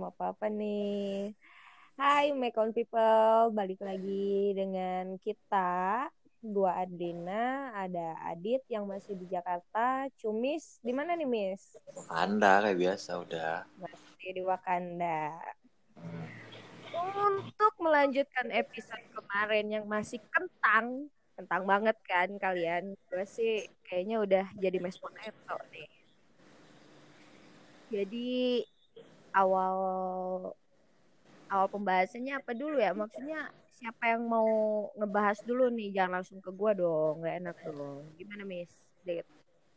belum apa-apa nih. Hai Mekon People, balik lagi dengan kita dua Adrina, ada Adit yang masih di Jakarta, Cumis di mana nih Miss? Anda kayak biasa udah. Masih di Wakanda. Untuk melanjutkan episode kemarin yang masih kentang, kentang banget kan kalian? Gue sih kayaknya udah jadi mashed potato nih. Jadi awal awal pembahasannya apa dulu ya? Maksudnya siapa yang mau ngebahas dulu nih? Jangan langsung ke gua dong, nggak enak dong. Gimana Miss? Date.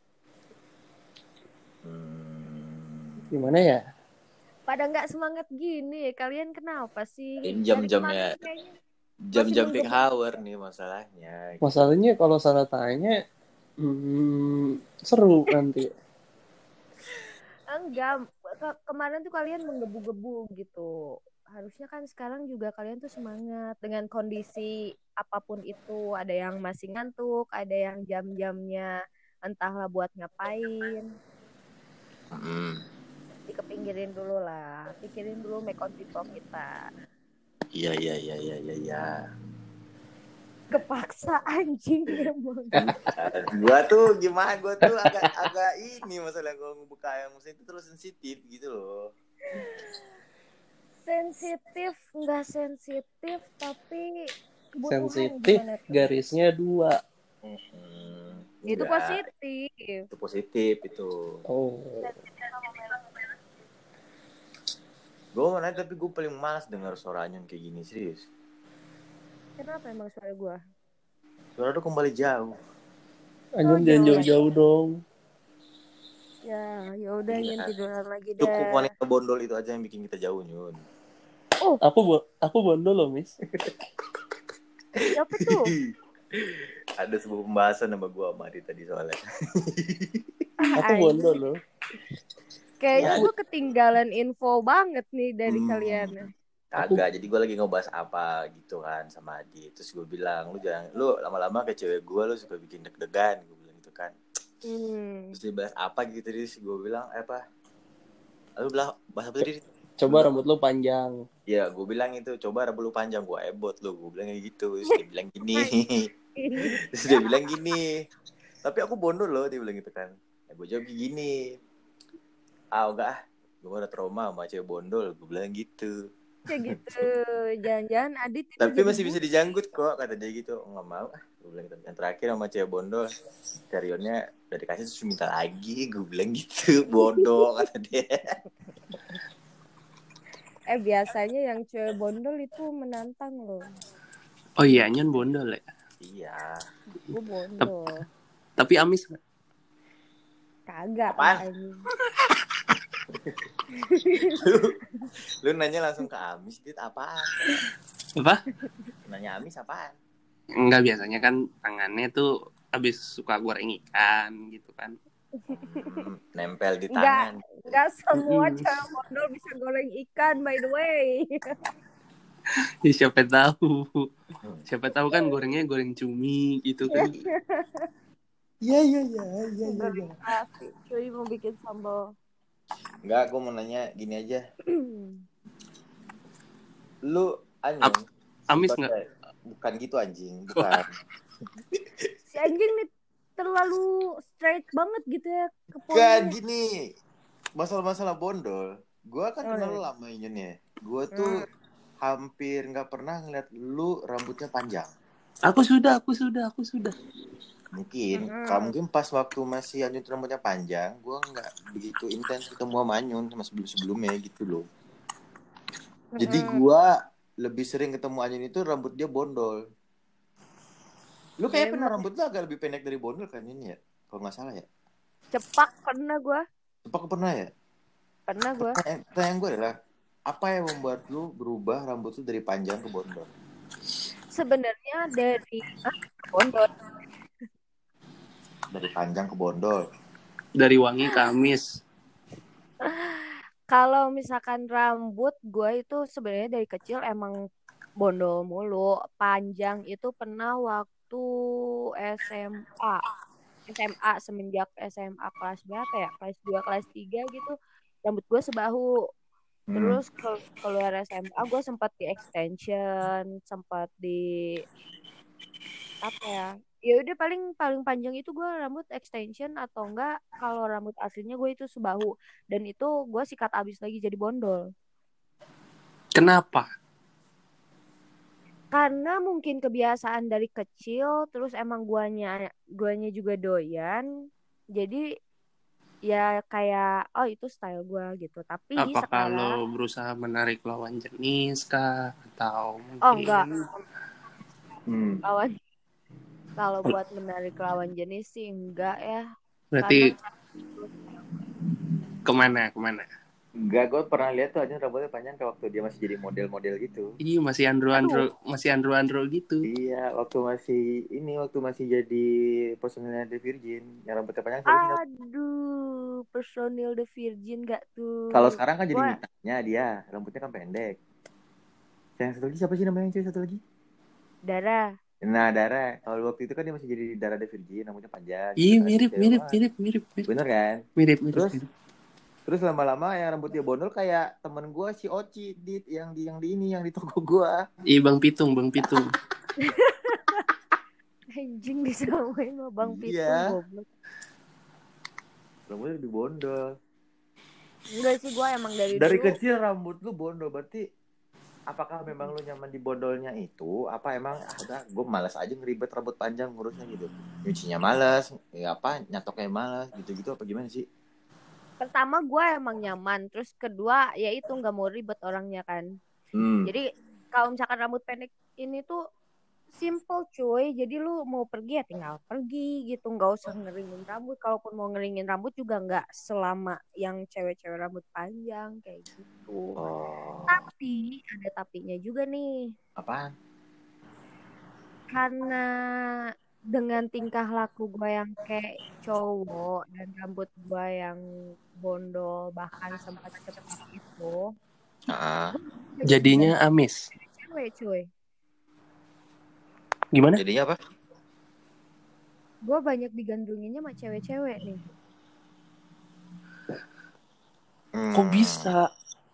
Gimana ya? Pada nggak semangat gini, kalian kenapa sih? Ini Dari jam-jamnya kemarin kayaknya masih jam-jam peak menggebu. hour nih masalahnya. Masalahnya kalau salah tanya, seru nanti. Enggak, kemarin tuh kalian menggebu-gebu gitu. Harusnya kan sekarang juga kalian tuh semangat dengan kondisi apapun itu. Ada yang masih ngantuk, ada yang jam-jamnya entahlah buat ngapain. Dikepinggirin dulu lah, pikirin dulu Mekon people kita. Iya. Kepaksa anjing emang. Gua tuh gimana? Gua tuh agak ini masalah gua ngebuka yang musim itu terus sensitif gitu loh. Sensitif, nggak sensitif, tapi kebutuhan Sensitif, gimana tuh? garisnya 2. Itu Enggak, positif. itu positif itu. Oh. Gue mau nanya tapi gue paling malas dengar suara Anyun kayak gini serius. Kenapa emang suara gue? Suara tuh kembali jauh. Anyun jangan jauh-jauh dong. Ya udah Nyun tiduran lagi dah. Cukup wanita bondol itu aja yang bikin kita jauh Nyun. Oh, aku bondol loh, Miss. Siapa tuh? Ada sebuah pembahasan sama gue sama Adit tadi soalnya. Aku bondol loh. Kayaknya gue ketinggalan info banget nih dari kalian. Kagak, jadi gue lagi ngebahas apa gitu kan sama Adit. Terus gue bilang, lu lama-lama kayak cewek gue, lu suka bikin deg-degan. Gue bilang gitu kan. Terus dibahas apa gitu, terus gue bilang, apa? Lu bilang, bahas apa tadi? Coba rambut lu panjang. Ya, gue bilang itu, coba rambut lu panjang, gue ebot lu. Gue bilang kayak gitu, terus dia bilang gini. Terus dia bilang gini. Tapi aku bondol loh, dia bilang gitu kan. Ya, gue jawab gini. Enggak, gue udah trauma sama cewek bondol. Gue bilang gitu. Kayak gitu, jangan-jangan Adit itu tapi masih bisa dijanggut kok, kata dia gitu. Nggak mau, gue bilang gitu. Yang terakhir sama cewek bondol, carionnya udah dikasih terus minta lagi. Gue bilang gitu, bodoh, kata dia. Biasanya yang cewek bondol itu menantang loh. Oh iya, Nyun bondol ya? Iya. Gue bondol. Tapi amis nggak? Kagak. lu nanya langsung ke Amis, Dit, apaan? Apa? Nanya Amis apaan? Enggak, biasanya kan tangannya tuh abis suka goreng ikan gitu kan. Nempel di tangan. Enggak semua cewek bondol bisa goreng ikan, by the way. Ya, siapa tahu kan gorengnya goreng cumi gitu kan. Iya. Cuy mau bikin sambal. Enggak, gue mau nanya gini aja. Lu Anyun amis nggak? Bukan gitu anjing, bukan. Si anjing nih terlalu straight banget gitu ya ke poin. Kan gini, masalah bondol. Gue kan kenal lama Anyunnya. Gue tuh hampir nggak pernah ngeliat lu rambutnya panjang. Aku sudah. Mungkin pas waktu masih Anyun rambutnya panjang, gue nggak begitu intens ketemu sama Anyun sama sebelumnya gitu loh. Jadi gue lebih sering ketemu Anyun itu rambut dia bondol. Lu kayak pernah rambut lu agak lebih pendek dari bondol kan ini ya? Kalau nggak salah ya. Cepak pernah gue. Cepak pernah ya? Pernah gue. Pertanyaan gue adalah, apa yang membuat lu berubah rambut lu dari panjang ke bondol? Sebenarnya dari bondol. Dari panjang ke bondol. Dari wangi ke amis. Kalau misalkan rambut gue itu sebenarnya dari kecil emang bondol mulu. Panjang itu pernah waktu SMA semenjak SMA kelas berapa ya? Kelas 2, kelas 3 gitu. Rambut gue sebahu. Terus keluar SMA gue sempat di extension, sempat di apa ya? Ya udah paling paling panjang itu gue rambut extension atau enggak kalau rambut aslinya gue itu sebahu dan itu gue sikat abis lagi jadi bondol. Kenapa? Karena mungkin kebiasaan dari kecil terus emang guanya juga doyan. Jadi ya kayak oh itu style gue gitu. Tapi Apa sekarang kalau berusaha menarik lawan jenis kah? Atau enggak mungkin lawan kalau buat menarik lawan jenis sih enggak ya. Karena berarti kemana? Enggak, gue pernah lihat tuh aja rambutnya panjang kayak waktu dia masih jadi model-model gitu. Iya, masih andro gitu. Iya, waktu masih jadi personilnya The Virgin, yang rambutnya panjang siapa sih? aduh personil The Virgin gak Kalau tuh. sekarang kan jadi Gue mitanya dia, rambutnya kan pendek. Yang satu lagi siapa sih namanya yang cewek satu lagi? Dara. Nah, Dara. Kalau waktu itu kan dia masih jadi Dara The Virgin, rambutnya panjang gitu Iya, kan. mirip. Bener kan? Mirip. Terus lama-lama yang rambut dia bondol kayak temen gue si Oci yang di toko gue. Iya, Bang Pitung. Anjing disamain sama Bang Pitung Iya. goblok. Rambutnya lebih bondol. Enggak sih gue emang dari Dari dulu kecil rambut lu bondol, berarti apakah memang lu nyaman di bondolnya itu? Apa emang udah gue malas aja ngeribet rambut panjang ngurusnya gitu? Nyucinya malas, nyatoknya malas gitu-gitu apa gimana sih? pertama gue emang nyaman terus kedua ya itu nggak mau ribet orangnya kan. Jadi kalau misalkan rambut pendek ini tuh simple cuy. Jadi lu mau pergi ya tinggal pergi gitu. Nggak usah ngeringin rambut. Kalaupun mau ngeringin rambut juga nggak selama yang cewek-cewek rambut panjang kayak gitu. Tapi ada tapinya juga nih. Apaan? Karena dengan tingkah laku gue yang kayak cowok dan rambut gue yang bondol bahkan sempat cepat itu. Jadinya amis. Cewek cuy. Gimana? Jadinya apa? Gue banyak digandrunginnya sama cewek-cewek nih. Kok bisa?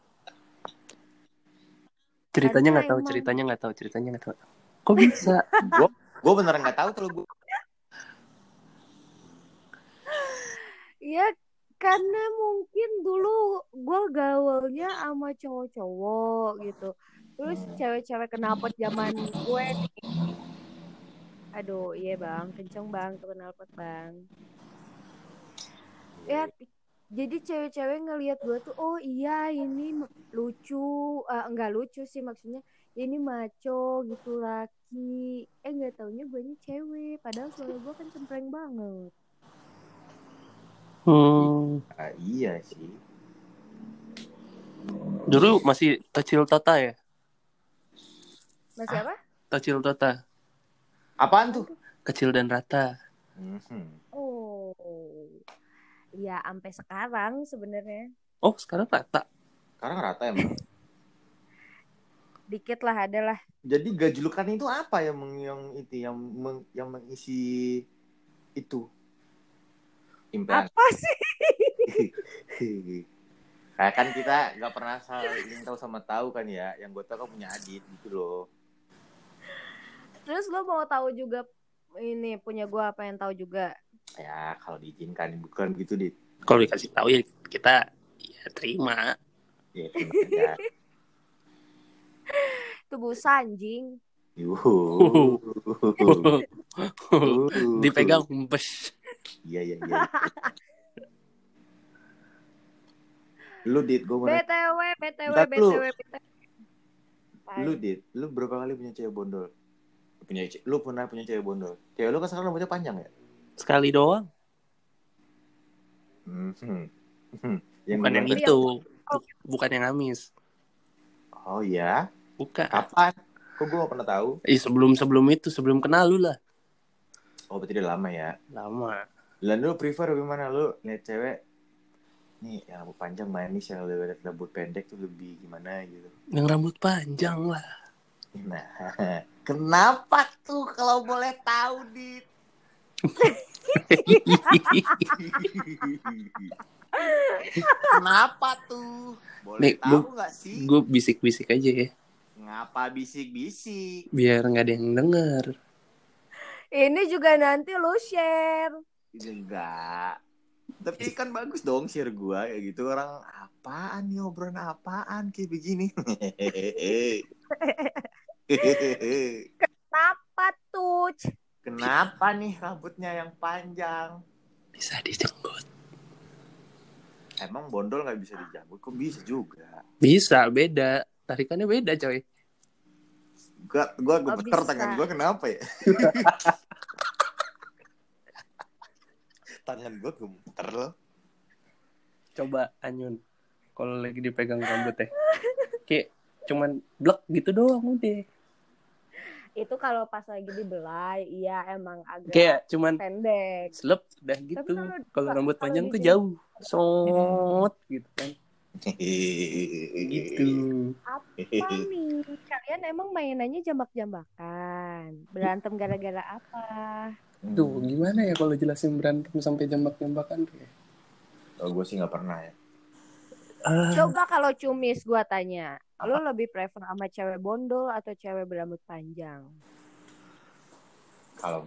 Ceritanya nggak tahu. Kok bisa? Gue beneran nggak tahu kalau gue. Iya, karena mungkin dulu gue gaulnya sama cowok-cowok gitu. Terus cewek-cewek knalpot zaman gue nih. Aduh, iya bang, kenceng bang tuh knalpot bang. Ya, jadi cewek-cewek ngelihat gue tuh, oh iya ini lucu, enggak lucu sih maksudnya, ini maco gitu laki. Nggak taunya gue ini cewek, padahal suara gue kan cempreng banget. Iya sih. Dulu masih Tocil Tota ya? Masih apa? Tocil Tota. Apaan tuh? Kecil dan rata. Oh, ya sampai sekarang sebenarnya. Oh, sekarang rata. Sekarang rata emang. Dikit lah, ada lah. Jadi gajlukan itu apa yang mengisi itu? Implan. Apa sih? Kayak kan kita nggak pernah saling tahu sama tahu kan ya. Yang gue tahu kan punya Adit gitu loh. Terus lo mau tahu juga ini punya gue apa yang tahu juga? Ya kalau diizinkan bukan gitu Dit. Kalau dikasih tahu ya kita ya terima. Ya terima aja. Itu busa anjing. Dipegang hempes. Iya. Lu Dit, gue mau BTW. Lu Dit, lu berapa kali punya cewek bondol? Lu pernah punya cewek bondol? Cewek lu kan sekarang rambutnya panjang ya? Sekali doang. Yang bukan yang itu. Bukan yang amis. Oh iya? Bukan. Kapan? Kok gue gak pernah tahu? Sebelum kenal lu lah. Oh berarti udah lama ya? Lama. Lalu lu prefer bagaimana? Lu lihat cewek nih yang rambut panjang manis, yang rambut pendek tuh lebih gimana gitu? Yang rambut panjang lah. Nah, kenapa tuh kalau boleh tahu Dit? Kenapa tuh? Boleh Nih, tahu nggak sih? gue bisik-bisik aja ya. Ngapa bisik-bisik? Biar nggak ada yang denger. Ini juga nanti lu share. Enggak. Tapi kan bagus dong share gua kayak gitu, orang apaan nih, obrolan apaan kayak begini. Kenapa tuh? Kenapa nih rambutnya yang panjang? Bisa dijenggot. Emang bondol nggak bisa dijambut? Kok bisa juga? Bisa, beda. Tarikannya beda, coy. Gua Oh, gemeter bisa. tangan gua, kenapa ya? Tangan gua gemeter loh. Coba Anyun, kalau lagi dipegang rambut ya. Kayak cuman blek gitu doang udah. Itu kalau pas lagi dibelai, iya emang agak Kayak cuman pendek. selep udah Tapi gitu. kalau Kalau rambut kalau panjang tuh dijemput, jauh. Sot gitu kan. Gitu. apa nih? Kalian emang mainannya jambak-jambakan? Berantem gara-gara apa? Tuh, gimana ya kalau jelasin berantem sampai jambak-jambakan tuh ya? Oh, gue sih nggak pernah ya. Coba kalau Cumis gua tanya, lo lebih prefer sama cewek bondol atau cewek berambut panjang? Kalau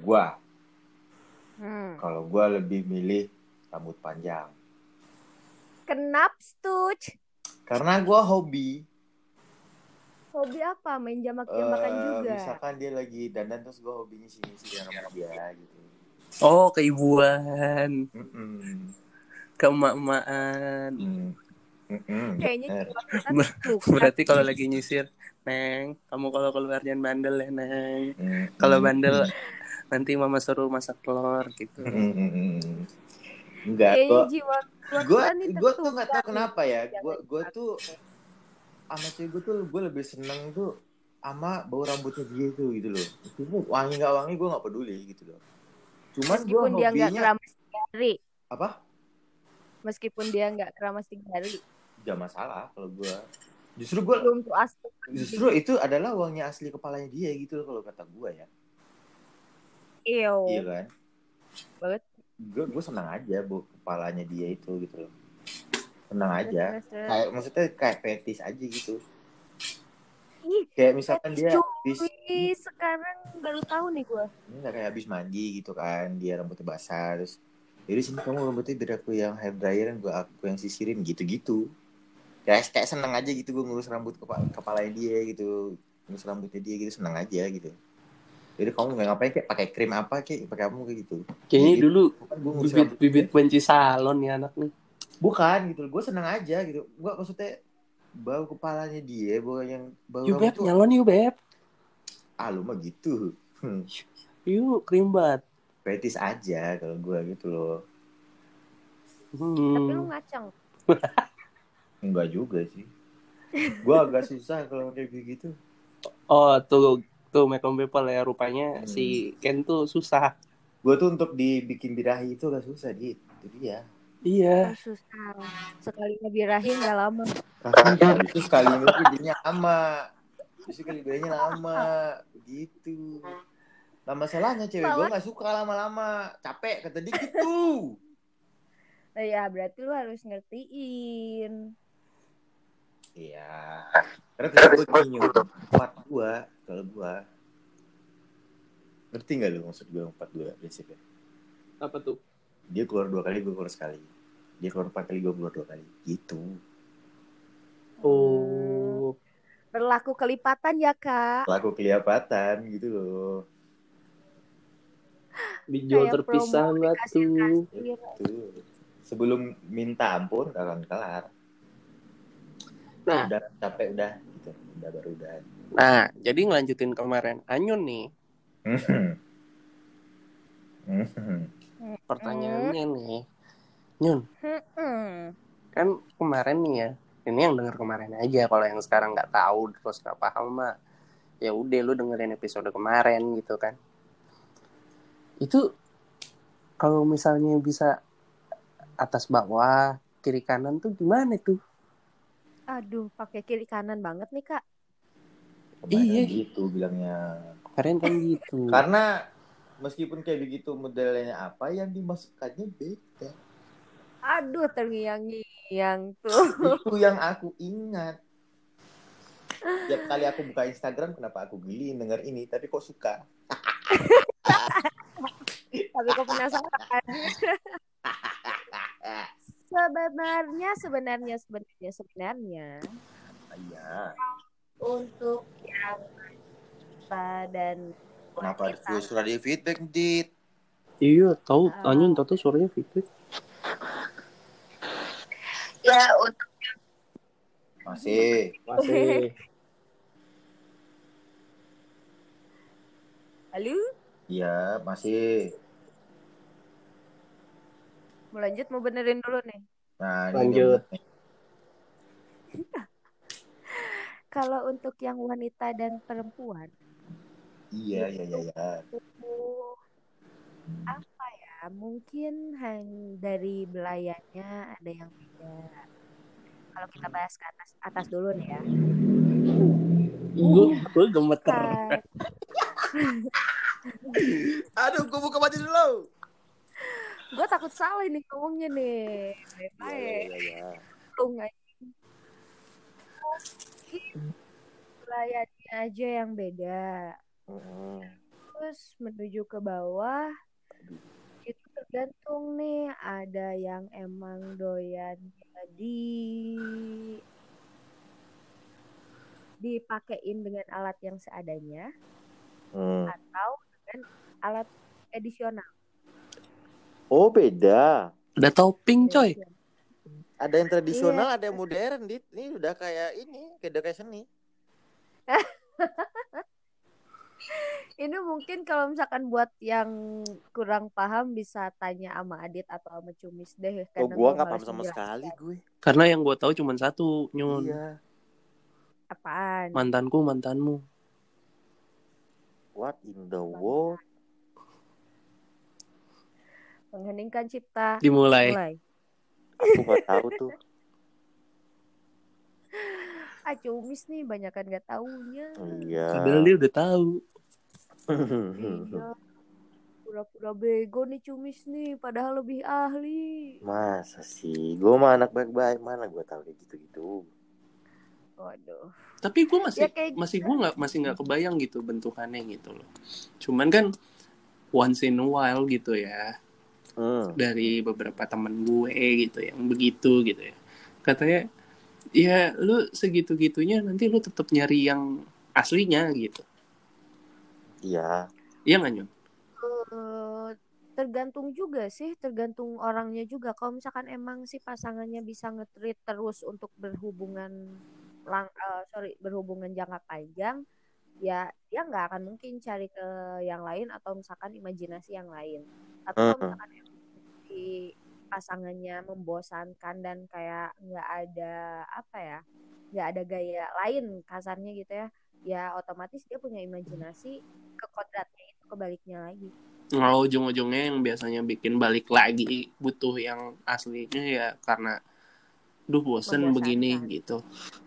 gua lebih milih rambut panjang. Kenapa tuh? Karena gua hobi. Hobi apa? Main jambak-jambakan juga. Misalkan dia lagi dandan terus gua hobinya sini rambut dia gitu. Oh, keibuan. Mm-mm. Keemak-emakan. Kayaknya Berarti kalau lagi nyisir, Neng, kamu kalau keluar jangan bandel ya, Neng. Kalau bandel nanti mama suruh masak telur gitu. Enggak, kayaknya jiwa gue tuh nggak tahu kenapa ya. Gue tuh sama cewek gue tuh gue lebih seneng tuh sama bau rambutnya dia tuh gitu loh. Itu wangi nggak wangi gue nggak peduli gitu loh. Cuman gue meskipun dia nggak hobinya keramas 3 hari. apa? Meskipun dia nggak keramas 3 hari. Gak masalah kalau gue. Belum tuh asli. Justru itu adalah wangi asli kepalanya dia gitu loh kalau kata gue ya. Iya kan? Banget. Gue senang aja bu kepalanya dia itu gitu loh. Senang aja. Kayak maksudnya kayak fetis aja gitu. Kayak misalkan dia sekarang baru tahu nih gue. Ini nggak kayak habis mandi gitu kan, dia rambutnya basah terus. Jadi sini kamu rambutnya biar aku yang hair dryeran, aku yang sisirin gitu. Kayak seneng aja gitu gue ngurus rambut kepalanya dia gitu, ngurus rambutnya dia gitu, seneng aja gitu. Jadi kamu nggak ngapain kayak pakai krim apa kayak pakai kamu kayak gitu. Kayaknya jadi, dulu bibit bibit benci salon nih anak nih. Bukan gitu, gue seneng aja gitu. Gue maksudnya bau kepalanya dia, bau yang bau rambut tuh. Nyalon yuk beb. Ah lu mah gitu. Yuk krimbat. Fetis aja kalau gue gitu loh. Tapi lu ngaceng. Enggak juga sih. Gue agak susah kalau kayak begitu. Oh tuh Macam People ya rupanya si Ken tuh susah. Gue tuh untuk dibikin birahi itu agak susah gitu. Itu dia. Iya. Susah. Sekali ngebirahi nggak lama. Itu sekali itu jadinya lama. Terus sekali birahnya lama. Begitu. Nah masalahnya cewek gue gak suka lama-lama. Capek kata dia gitu. Ya berarti lu harus ngertiin. Iya. Karena gue gini empat gua kalau gua. Ngerti nggak lu maksud gue 4-2 prinsipnya? Apa tuh? Dia keluar 2 kali, gue keluar sekali. Dia keluar 4 kali, gue keluar 2 kali. Gitu. Oh. Berlaku kelipatan ya kak. Berlaku kelipatan gitu loh. Dijual terpisah nggak tuh? Sebelum minta ampun akan kelar. Nah, udah capek udah gitu, udah baru udah. Nah, jadi ngelanjutin kemarin Anyun nih. Pertanyaannya nih, Nyun. Kan kemarin nih ya, ini yang denger kemarin aja. Kalau yang sekarang nggak tahu terus nggak paham mah, ya udah lu dengerin episode kemarin gitu kan. Itu kalau misalnya bisa atas bawah, kiri kanan tuh gimana tuh? Aduh, pakai kiri kanan banget nih kak. Iya gitu bilangnya. Keren kan gitu. Karena meskipun kayak begitu modelnya apa yang dimasukkannya beda. Aduh, terngiang-ngiang tuh. Itu yang aku ingat. Tiap kali aku buka Instagram, kenapa aku geli denger ini, tapi kok suka. Tapi kok penasaran? Sebenarnya Iya. untuk yang dan Kenapa ada wanita suara dia feedback, Dit? Iya, tahu Anyun tahu suaranya feedback. Ya, untuk Masih. Halo? Iya, masih. Mau lanjut, mau benerin dulu nih. Nah, ini Lanjut. dia. Kalau untuk yang wanita dan perempuan, Iya. apa ya? Mungkin dari belayarnya ada yang beda. Kalau kita bahas ke atas dulu nih ya. Gue gemeter. Kan. Aduh, gue buka baju dulu. Gue takut salah ini ngomongnya nih. Baik-baik. Iya. Belayarnya aja yang beda. Terus menuju ke bawah itu tergantung nih, ada yang emang doyan jadi dipakein dengan alat yang seadanya atau dengan alat edisional. Oh, beda. Ada topping coy. Ada yang tradisional, Iya. ada yang modern, Dit. Ini udah kayak seni. Ini mungkin kalau misalkan buat yang kurang paham bisa tanya sama Adit atau sama Cumis deh, karena Gue nggak paham sama sekali gue. Karena yang gue tahu cuma satu, Nyun. Iya. Apaan? Mantanmu. What in the world? Mengheningkan cipta. Dimulai. Aku nggak tahu tuh. Cumis nih banyakan nggak taunya. Iya. Padahal dia udah tahu. Iya. Pura-pura bego nih Cumis nih, padahal lebih ahli. Masa sih? Gue mah anak baik-baik, mana gue tahu kayak gitu-gitu. Waduh. Tapi gue masih gitu. masih nggak kebayang gitu bentukannya gitu loh. Cuman kan once in a while gitu ya. Dari beberapa temen gue gitu yang begitu gitu ya. Katanya ya lu segitu-gitunya nanti lu tetap nyari yang aslinya gitu. Iya. Iya nggak, Nyun? Tergantung juga sih, tergantung orangnya juga. Kalau misalkan emang si pasangannya bisa nge-treat terus untuk berhubungan jangka panjang, ya dia nggak akan mungkin cari ke yang lain atau misalkan imajinasi yang lain. Tapi kalau misalkan si pasangannya membosankan dan kayak nggak ada gaya lain kasarnya gitu ya otomatis dia punya imajinasi, ke kodratnya itu kebaliknya lagi. Ujung-ujungnya yang biasanya bikin balik lagi butuh yang aslinya ya karena bosen begini gitu.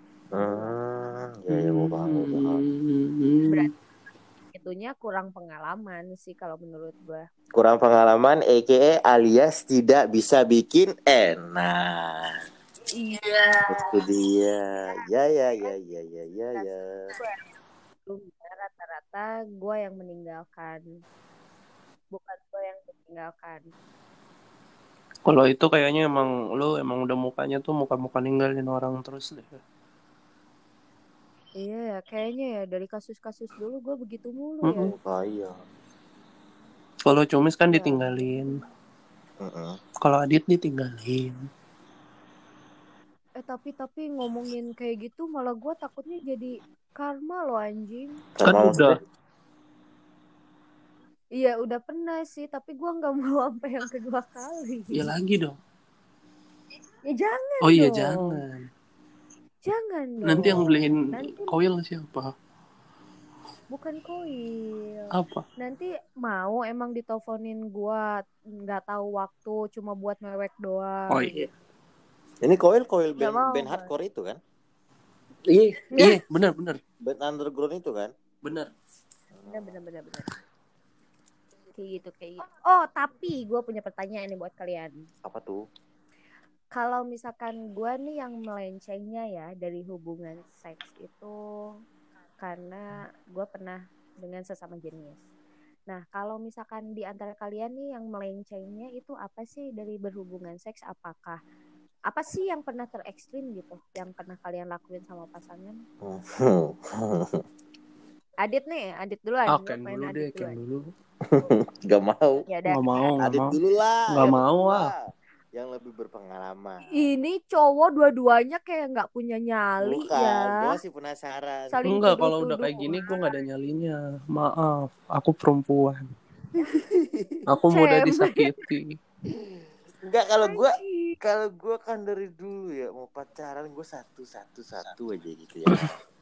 Ya gue paham. Berarti itunya kurang pengalaman sih kalau menurut gue. Kurang pengalaman, aka alias tidak bisa bikin enak. Iya. Itu dia. Ya. Rata-rata gue yang meninggalkan, bukan gue yang ditinggalkan. Kalau itu kayaknya emang udah mukanya tuh muka-muka ninggalin orang terus deh. Iya, kayaknya ya dari kasus-kasus dulu gue begitu mulu ya. Iya. Kalau Cumis kan ditinggalin. Kalau Adit ditinggalin. Tapi ngomongin kayak gitu malah gue takutnya jadi karma loh anjing. Kan udah. Iya udah pernah sih, tapi gue nggak mau sampai yang kedua kali. Ya lagi dong. Ya jangan. Oh iya jangan. Jangan dong. Nanti yang beliin koil siapa? Bukan koil. Apa? Nanti mau emang diteleponin gue, nggak tahu waktu, cuma buat mewek doang. Oh iya. Ini koil band hardcore itu kan? Iya, benar. Band underground itu kan? Benar. Kayak gitu. Oh, tapi gue punya pertanyaan nih buat kalian. Apa tuh? Kalau misalkan gue nih yang melencengnya ya dari hubungan seks itu karena gue pernah dengan sesama jenis. Nah, kalau misalkan di antara kalian nih yang melencengnya itu apa sih dari berhubungan seks? Apakah apa sih yang pernah terekstrim gitu, yang pernah kalian lakuin sama pasangan? Adit duluan. Ken dulu deh, Ken dulu. Gak mau. Ya, Gak mau. Adit dulu lah. Gak mau lah. Yang lebih berpengalaman. Ini cowok dua-duanya kayak nggak punya nyali. Bukan, ya. gue masih penasaran. Saling Enggak, kalau udah kayak gini gue gak ada nyalinya. Maaf, aku perempuan. Aku mudah disakiti. Enggak, kalau gue kan dari dulu ya mau pacaran gue satu aja gitu ya.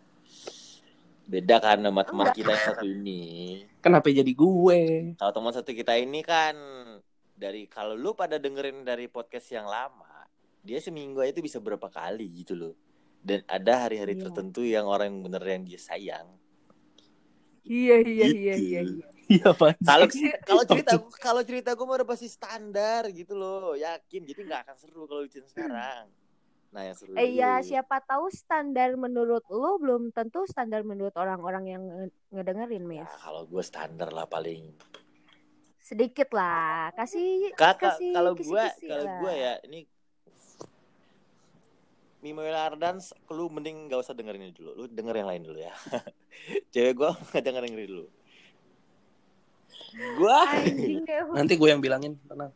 Beda kan sama teman kita yang satu ini. Kenapa jadi gue? Kalau teman satu kita ini kan kalau lu pada dengerin dari podcast yang lama, dia seminggu itu bisa berapa kali gitu loh. Dan ada hari-hari tertentu yang orang yang bener yang dia sayang. Iya. Iya, Pak. Kalau cerita gue mau udah pasti standar gitu loh, yakin. Jadi nggak akan seru kalau bikin sekarang. Nah, yang seru. Iya, siapa tahu standar menurut lu belum tentu standar menurut orang-orang yang ngedengerin, Miss. Ya, kalau gue standar lah paling. Sedikit lah, kasih kalau gue ya ini Mimo Ardans, lu mending gak usah dengerin ini dulu, lu denger yang lain dulu ya. Cewek gue gak dengerin dulu. Gue nanti gue yang bilangin, tenang.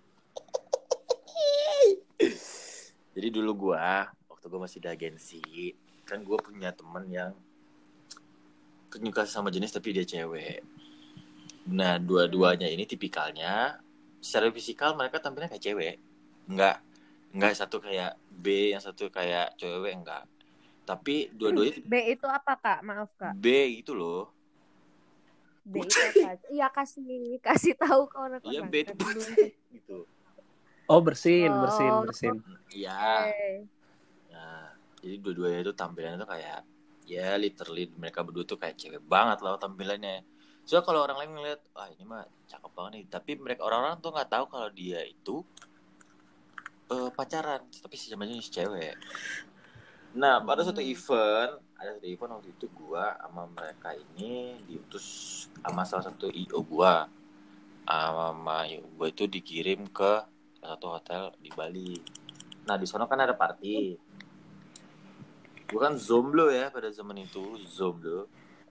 Jadi dulu waktu gue masih di agensi, kan gue punya temen yang penyuka sama jenis tapi dia cewek. Nah, dua-duanya ini tipikalnya secara fisikal mereka tampilnya kayak cewek. Enggak satu kayak B, yang satu kayak cewek, enggak. Tapi dua-duanya B itu apa, Kak? Maaf, Kak. B itu loh. B itu apa? Iya, kasih tahu ke orang-orang. Iya, B itu gitu. Oh, bersin. Iya. Nah, jadi dua-duanya itu tampilannya tuh kayak ya literally mereka berdua tuh kayak cewek banget lah tampilannya. Soalnya kalau orang lain ngeliat, ini mah cakep banget nih. Tapi mereka orang-orang tuh nggak tahu kalau dia itu pacaran, tapi sebenarnya si cewek. Nah, pada suatu event waktu itu gua sama mereka ini diutus sama salah satu IO gua. Sama IO gua itu dikirim ke salah satu hotel di Bali. Nah, di sana kan ada party. Gua kan jomblo ya pada zaman itu, jomblo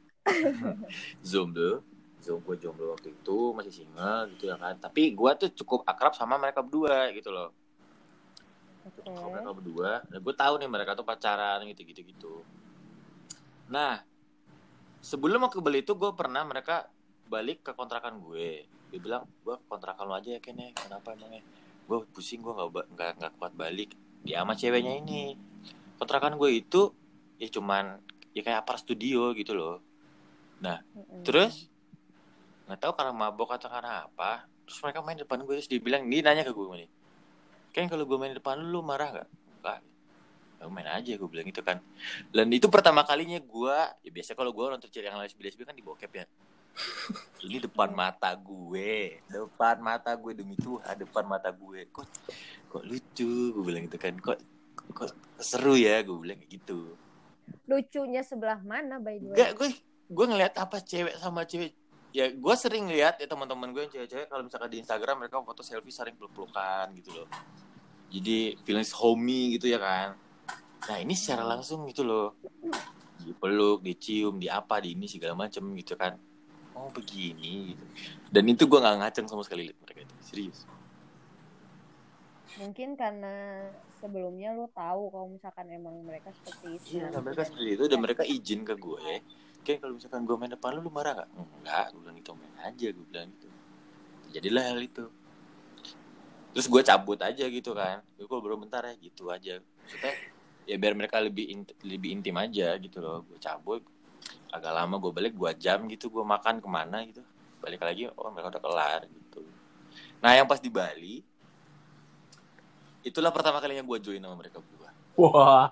waktu itu masih single gitu ya kan. Tapi gue tuh cukup akrab sama mereka berdua gitu loh. Mereka berdua, dan gue tahu nih mereka tuh pacaran gitu. Nah, sebelum mau ke Bali itu gue pernah mereka balik ke kontrakan gue. Dia bilang, gue kontrakan lo aja ya Ken ya. Kenapa emangnya? Gue pusing, gue nggak kuat balik. Dia sama ceweknya ini. Kontrakan gue itu ya cuman ya kayak apart studio gitu loh. Nah, terus nggak tahu karena mabok atau karena apa, terus mereka main depan gue, terus dia bilang, dia nanya ke gue nih, Ken kalau gue main depan lu marah nggak? Enggak, lu main aja, gue bilang gitu kan. Dan itu pertama kalinya gue, ya biasa kalau gue nonton cewek yang lesbi kan di bokep ya. Ini depan mata gue demi Tuhan, depan mata gue, kok lucu, gue bilang gitu kan, kok seru ya, gue bilang gitu. Lucunya sebelah mana by the way? Enggak, gue ngeliat apa cewek sama cewek. Ya gue sering lihat ya teman-teman gue yang cewek-cewek kalau misalkan di Instagram mereka foto selfie sering peluk-pelukan gitu loh. Jadi feelings homey gitu ya kan. Nah ini secara langsung gitu loh. Dipeluk, dicium, di apa, di ini segala macem gitu kan. Oh begini gitu. Dan itu gue nggak ngaceng sama sekali lihat mereka itu, serius. Mungkin karena sebelumnya lo tahu kalau misalkan emang mereka seperti itu. Iya, mereka seperti itu dan mereka izin ke gue. Kayak kalau misalkan gue main depan lu marah gak? Enggak, gue bilang gitu, main aja, gue bilang gitu. Jadilah hal itu. Terus gue cabut aja gitu kan. Gue baru bentar ya gitu aja. Maksudnya ya biar mereka lebih intim aja gitu loh. Gue cabut, agak lama gue balik 2 jam gitu. Gue makan kemana gitu. Balik lagi, mereka udah kelar gitu. Nah yang pas di Bali, itulah pertama kalinya gue join sama mereka berdua. Wah.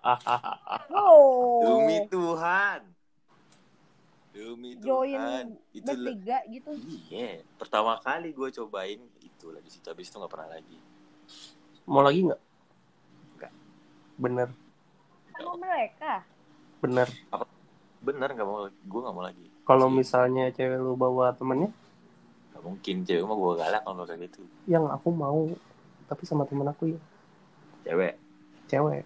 Demi Tuhan. Join bertiga gitu. Iya, pertama kali gue cobain itulah di situ, habis itu nggak pernah lagi. Mau lagi nggak? Bener. Sama mereka. Bener. Bener nggak mau, gue nggak mau lagi. Kalau misalnya cewek lu bawa temennya? Gak mungkin, cewek mah gue galak kalau kayak gitu. Yang aku mau, tapi sama temen aku ya. Cewek.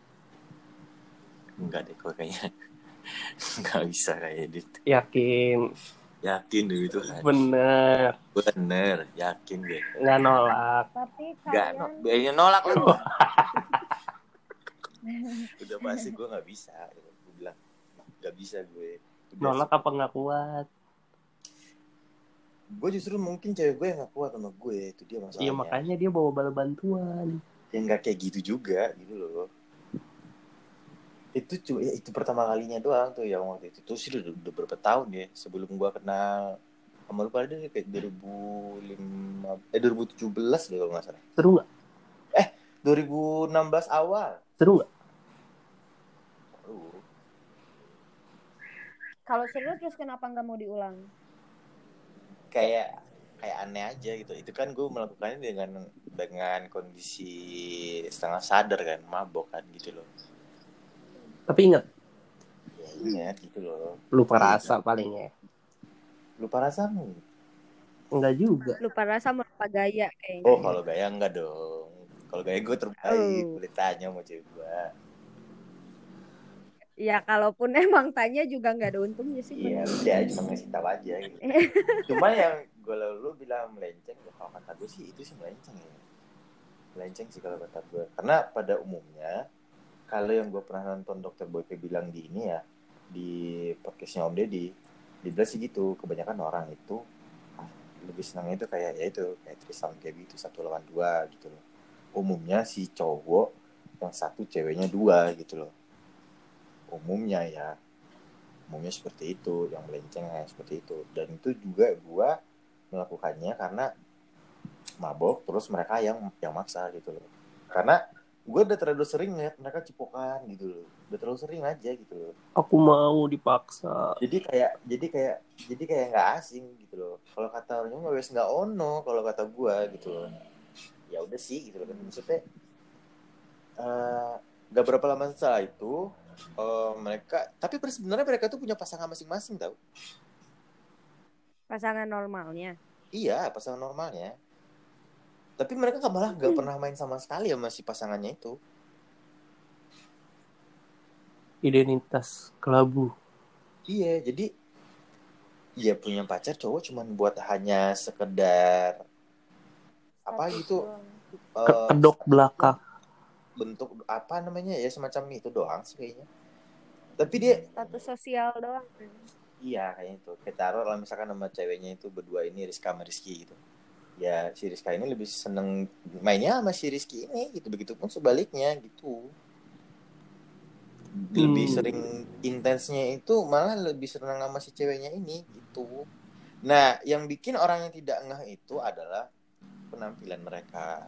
Enggak deh, gue kayaknya nggak bisa kayak gitu. Yakin deh itu kan. Bener, yakin deh. Nggak nolak. Tapi kalian nolak lah gue. Udah pasti gue nggak bisa. Gue bilang nggak bisa gue. Nolak apa nggak kuat? Gue justru mungkin cewek gue yang nggak kuat sama gue, itu dia masalahnya. Iya makanya dia bawa bala bantuan. Ya nggak kayak gitu juga gitu loh. Itu pertama kalinya doang tuh yang waktu itu sih udah berapa tahun ya sebelum gue kenal sama lu pada kayak 2017 deh kalau nggak salah. Seru nggak? 2016 awal. Seru nggak? Kalau seru terus kenapa nggak mau diulang? Kayak aneh aja gitu. Itu kan gue melakukannya dengan kondisi setengah sadar kan, mabok kan gitu loh. Tapi ingat. Ya ingat gitu loh. Lupa rasa palingnya. Lupa rasa enggak juga. Lupa rasa melupa gaya kayaknya. Oh kalau gaya enggak dong. Kalau gaya gue terbaik. Boleh tanya sama cewek gue. Ya kalaupun emang tanya juga nggak ada untungnya sih. Iya udah cuma ngasih tahu aja gitu. Cuma yang gue lalu bilang melenceng, kalau kata gue sih itu sih melenceng ya. Melenceng sih kalau kata gue. Karena pada umumnya kalau yang gue pernah nonton Dr. Boyke bilang di ini ya, di podcastnya Om Deddy, dibilang sih gitu, kebanyakan orang itu lebih senangnya itu kayak threesome kayak gitu, 1 lawan 2 gitu loh. Umumnya si cowok yang satu ceweknya 2 gitu loh. Umumnya seperti itu, yang melenceng seperti itu. Dan itu juga gue melakukannya karena mabok, terus mereka yang maksa gitu loh. Karena gue udah terlalu sering lihat mereka cipokan gitu loh. Udah terlalu sering aja gitu loh. Aku mau dipaksa. Jadi kayak nggak asing gitu loh. Kalau kata orangnya wes nggak ono, kalau kata gue gitu loh. Ya udah sih gitu loh. Maksudnya gak berapa lama setelah itu mereka, tapi sebenarnya mereka tuh punya pasangan masing-masing tau. Pasangan normalnya. Iya, pasangan normalnya. Tapi mereka malah gak pernah main sama sekali sama si pasangannya itu. Identitas kelabu. Iya, jadi dia punya pacar cowok cuman buat hanya sekedar apa gitu, kedok belakang. Bentuk apa namanya ya, semacam itu doang sih kayaknya. Tapi dia status sosial doang. Iya kayaknya itu. Kita taruh kalau misalkan sama ceweknya itu berdua ini Rizka sama Rizky gitu. Ya si Rizka ini lebih seneng mainnya sama si Rizky ini gitu. Begitupun sebaliknya gitu. Lebih sering intensnya itu malah lebih seneng sama si ceweknya ini gitu. Nah yang bikin orang yang tidak ngeh itu adalah penampilan mereka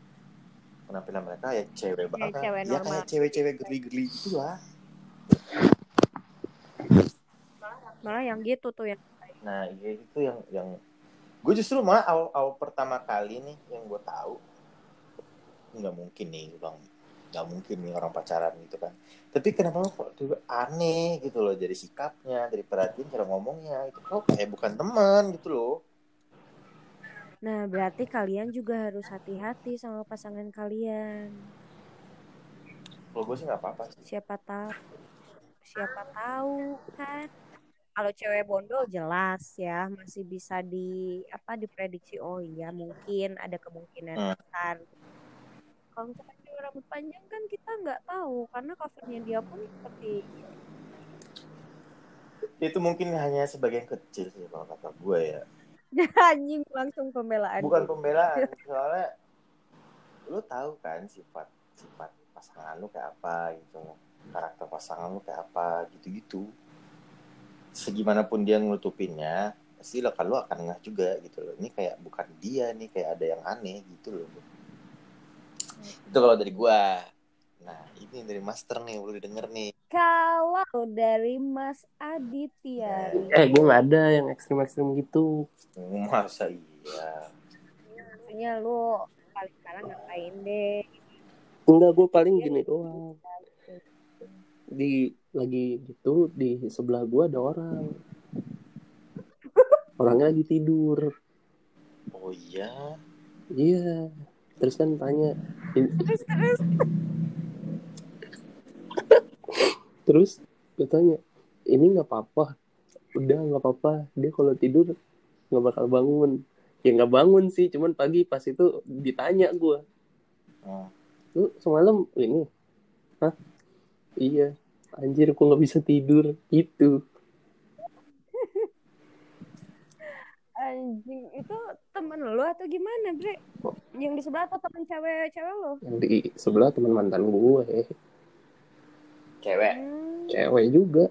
ya cewek banget ya, kayak cewek-cewek girly-girly gitu lah. Malah yang gitu tuh yang. Nah itu yang gue justru malah awal pertama kali nih yang gue tahu nggak mungkin nih orang pacaran gitu kan. Tapi kenapa kok juga aneh gitu loh, dari sikapnya, dari perhatian, cara ngomongnya itu kok kayak bukan teman gitu loh. Nah berarti kalian juga harus hati-hati sama pasangan kalian. Kalau gue sih nggak apa-apa sih. Siapa tahu kan. Kalau cewek bondol jelas ya masih bisa diprediksi, oh iya mungkin ada kemungkinan besar. Kalau misalkan cewek rambut panjang kan kita nggak tahu karena covernya dia pun seperti itu mungkin hanya sebagian kecil sih kalau kata gue ya. Anjing, langsung pembelaan. Bukan pembelaan, soalnya lu tahu kan sifat pasangan lu kayak apa gitu, karakter pasangan lu kayak apa gitu. Segimanapun dia nutupinnya, pasti lo kalau akan ngeh juga gitu loh. Ini kayak bukan dia nih, kayak ada yang aneh gitu loh. Itu kalau dari gua. Nah, ini dari Master nih, udah denger nih. Kalau dari Mas Aditya. Gue nggak ada yang ekstrim gitu. Masa iya? Maksudnya lu paling sekarang ngapain deh? Enggak, gue paling gini doang. Lagi gitu di sebelah gue ada orang. Orangnya lagi tidur. Oh iya. Iya. Terus kan tanya. Terus gue tanya, ini nggak apa-apa? Udah nggak apa-apa. Dia kalau tidur nggak bakal bangun. Ya nggak bangun sih, cuman pagi pas itu ditanya gue, lu semalam ini, hah? Iya. Anjir, aku nggak bisa tidur. Itu. Anjing, itu temen lo atau gimana, Bre? Yang di sebelah atau temen cewek lo? Yang di sebelah teman mantan gue. Cewek. Cewek juga.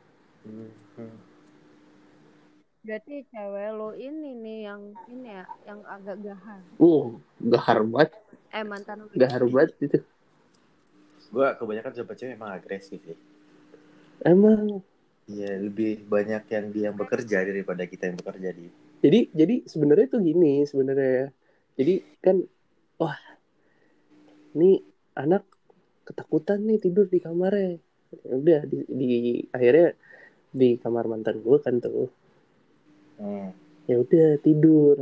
Berarti cewek lo ini nih yang ini ya, yang agak gahar. Gahar banget. Mantan lo. Gahar banget itu. Gue kebanyakan sama cewek emang agresif ya. Emang. Iya, lebih banyak yang dia yang bekerja daripada kita yang bekerja di. Jadi sebenarnya tuh gini sebenarnya. Jadi kan, wah, ini anak ketakutan nih tidur di kamarnya. Udah di akhirnya di kamar mantan gue kan tuh. Ya udah tidur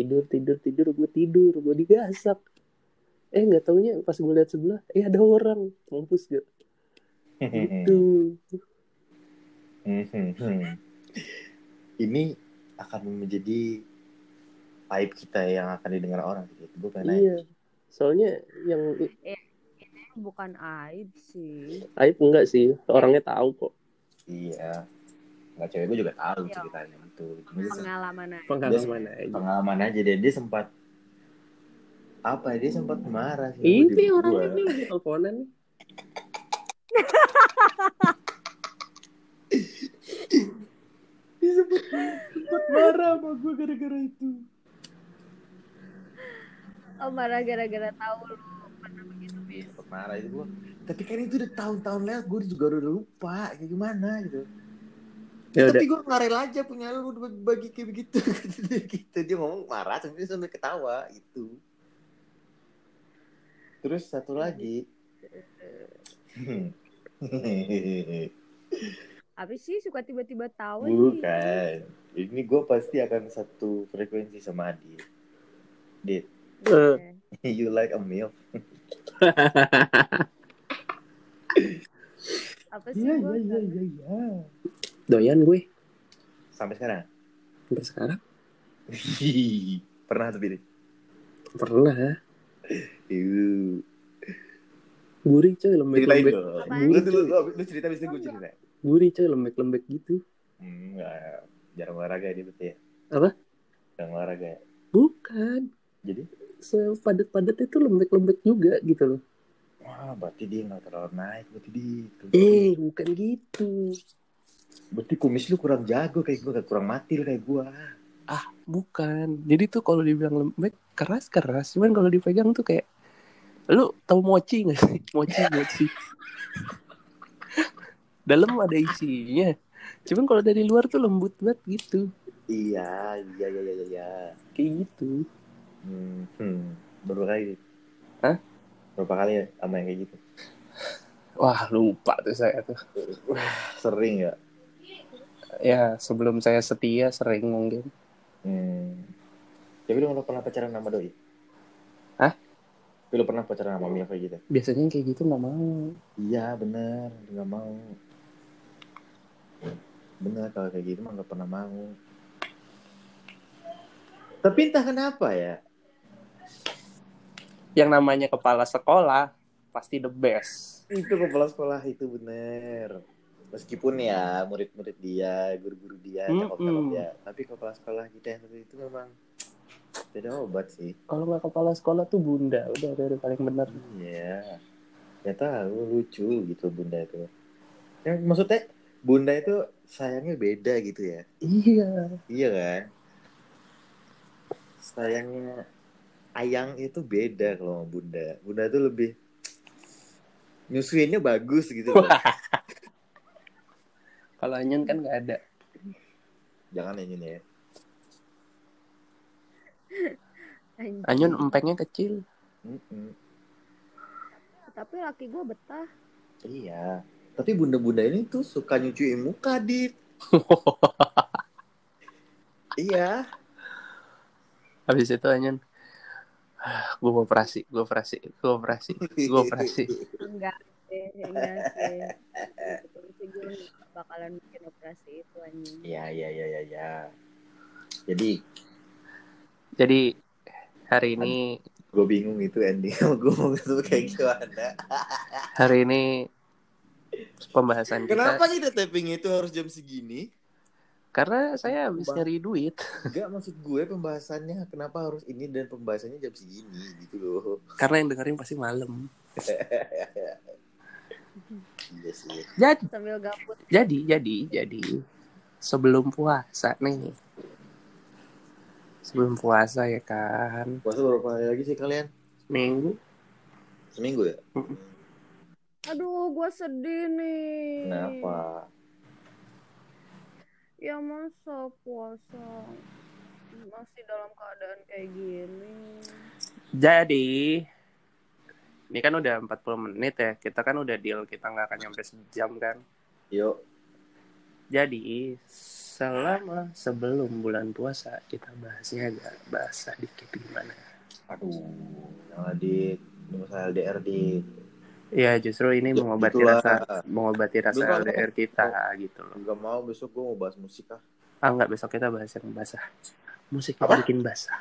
gue digasak. Nggak taunya pas gue lihat sebelah ada orang mampus gak gitu. Ini akan menjadi aib kita yang akan didengar orang gitu. Gue pengen iya soalnya yang bukan aib sih. Aib enggak sih, orangnya tahu kok. Iya. Nggak, cewek gue juga tahu ceritanya itu. Pengalaman aja dia sempat apa? Dia sempat marah sih. Ini orangnya nih lagi teleponan. Dia sempat marah sama gue gara-gara itu. Oh, marah gara-gara tahu lu pernah begitu. Iya, sempat marah itu gue. Tapi kan itu udah tahun-tahun lewat, gue juga udah lupa kayak gimana gitu. Ya tapi gue ngarel aja punya lu bagi kayak begitu. Gitu dia ngomong marah sambil ketawa itu. Terus satu lagi. Apa sih suka tiba-tiba tawa? Bukan. Ini gue pasti akan satu frekuensi sama Adit. Dit. You like a milf? Apa sih? Iya. Doyan gue. Sampai sekarang? Sampai sekarang? Pernah tapi Dit? Pernah. Gurih coy, lembek-lembek. Lu cerita abis itu gue cerita. Gurih coy, lembek-lembek gitu. Enggak, jarang olahraga dia berarti ya. Apa? Jarang olahraga ya? Bukan. Jadi? Sepadat-padat itu lembek-lembek juga gitu loh. Wah, berarti dia gak terlalu naik berarti dia. Bukan gitu. Berarti kumis lu kurang jago kayak gue, kurang matil kayak gue. Bukan. Jadi tuh kalau dibilang lembek, keras-keras. Cuman kalau dipegang tuh kayak, lu tahu mochi gak sih? Mochi. Dalam ada isinya. Cuman kalau dari luar tuh lembut banget gitu. Iya. Kayak gitu. Berapa kali? Hah? Berapa kali ya sama yang kayak gitu? Wah, lupa tuh saya tuh. Sering ya? Ya, sebelum saya setia sering mungkin. Tapi lu gak pernah pacaran sama doi? Hah? Tapi lu pernah pacaran sama Mia kayak gitu? Biasanya kayak gitu gak mau. Iya bener, gak mau. Bener, kalau kayak gitu mah gak pernah mau. Tapi entah kenapa ya, yang namanya kepala sekolah pasti the best. Itu kepala sekolah itu bener. Meskipun ya murid-murid dia, guru-guru dia, cakep-cakep ya. Tapi kepala sekolah kita yang seperti itu memang tidak obat sih. Kalau nggak kepala sekolah tuh bunda, udah paling benar. Iya. Ya tahu lucu gitu bunda itu. Yang maksudnya bunda itu sayangnya beda gitu ya. Iya kan? Sayangnya ayang itu beda kalau bunda. Bunda itu lebih nyusuinnya bagus gitu loh. Kalau Anyun kan nggak ada. Jangan Anyun ya. Anyun empengnya kecil. Tapi laki gue betah. Iya. Tapi bunda-bunda ini tuh suka nyuciin muka, Dit. Iya. Habis itu Anyun, gue operasi. Enggak sih. Betul sih gue nggak bakalan bikin operasi itu anjing. Iya. Jadi hari ini gue bingung itu ending gue mau ngasih kayak gimana. Hari ini pembahasan kita. Kenapa kita tapping itu harus jam segini? Karena saya habis nyari duit. Enggak, maksud gue pembahasannya kenapa harus ini dan pembahasannya jam segini gitu loh. Karena yang dengerin pasti malam. Iya sih. Sambil gabut. Jadi sebelum puasa nih. Sebelum puasa ya kan. Puasa berapa hari lagi sih kalian? Seminggu ya? Aduh, gue sedih nih. Kenapa? Ya masa puasa masih dalam keadaan kayak gini. Jadi ini kan udah 40 menit ya. Kita kan udah deal kita gak akan nyampe sejam kan. Yuk. Jadi sebelum bulan puasa kita bahasnya agak basah dikit gimana. Aduh, jangan di masalah LDR di. Ya justru ini mengobati rasa LDR kita gitu loh. Enggak mau, besok gue mau bahas musik ah. Enggak, besok kita bahas yang basah. Musik kita bikin basah.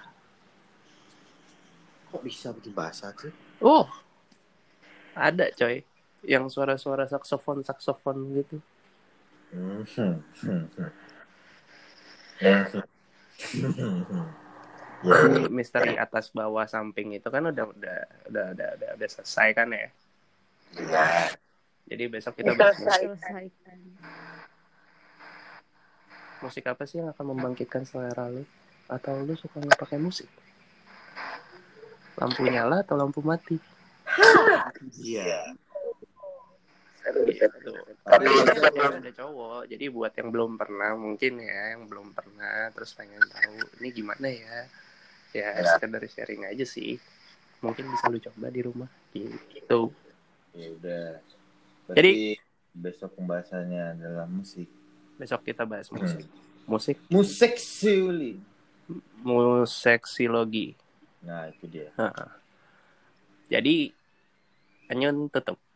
Kok bisa bikin basah sih? Oh, ada coy. Yang suara-suara saksofon gitu. Ini misteri atas bawah samping itu kan udah selesai kan ya? Iya. Jadi besok kita bahas Selesaikan. Musik apa sih yang akan membangkitkan selera lu? Atau lu suka nggak pakai musik? Lampu nyala atau lampu mati? Iya. Gitu. Tapi ada cowok. Jadi buat yang belum pernah mungkin ya, yang belum pernah terus pengen tahu ini gimana ya? Ya sekedar sharing aja sih. Mungkin bisa lu coba di rumah gitu. Ya udah. Jadi besok pembahasannya adalah musik. Besok kita bahas musik. Museksiologi. Nah, itu dia. Jadi Anyun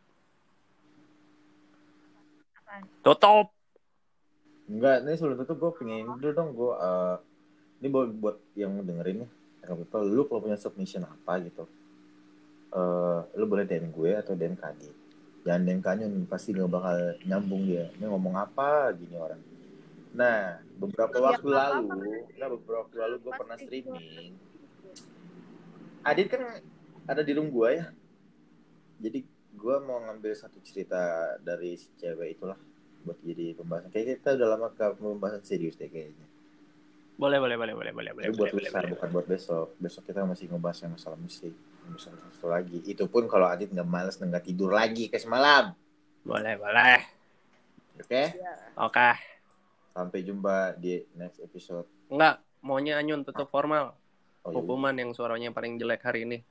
tutup. Enggak, ini sebelum tutup gue pengen dulu dong ini buat yang dengerin nih. Lu kalau punya submission apa gitu. Lu boleh DM gue atau DM Kadi. Jangan DM Kanyun, pasti gak bakal nyambung dia. Ini ngomong apa gini orang. Nah, beberapa waktu lalu gue pernah streaming. Adit kan ada di room gue ya. Jadi gue mau ngambil satu cerita dari si cewek itulah buat jadi pembahasan. Kayak kita udah lama ke pembahasan serius deh kayaknya. Boleh. Buat lusa, bukan buat besok. Besok kita masih ngebahas yang masalah musik. Masalah satu lagi. Itu pun kalau Adit nggak malas nggak tidur lagi ke semalam. Boleh. Oke? Oke. Sampai jumpa di next episode. Enggak, maunya Anyun tutup formal. Hukuman Iya. yang suaranya paling jelek hari ini.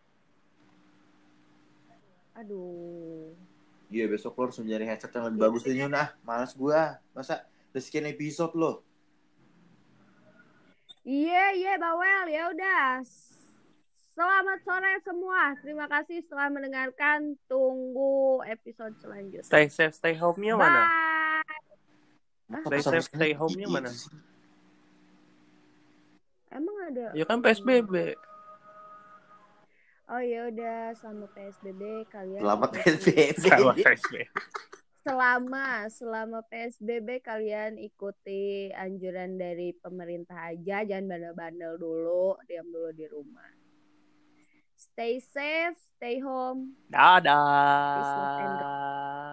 Aduh. Iya, besok lo harus mencari headset yang lebih bagus dari Nyun. Malas gua. Masa udah sekian episode lo. Iya, bawel. Ya udah. Selamat sore semua. Terima kasih telah mendengarkan. Tunggu episode selanjutnya. Stay safe, stay home-nya mana? Stay safe, stay home-nya mana? Emang ada? Ya kan PSBB. Oh ya udah, selama PSBB kalian. Selama PSBB kalian ikuti anjuran dari pemerintah aja, jangan bandel-bandel dulu, diam dulu di rumah. Stay safe, stay home. Dadah.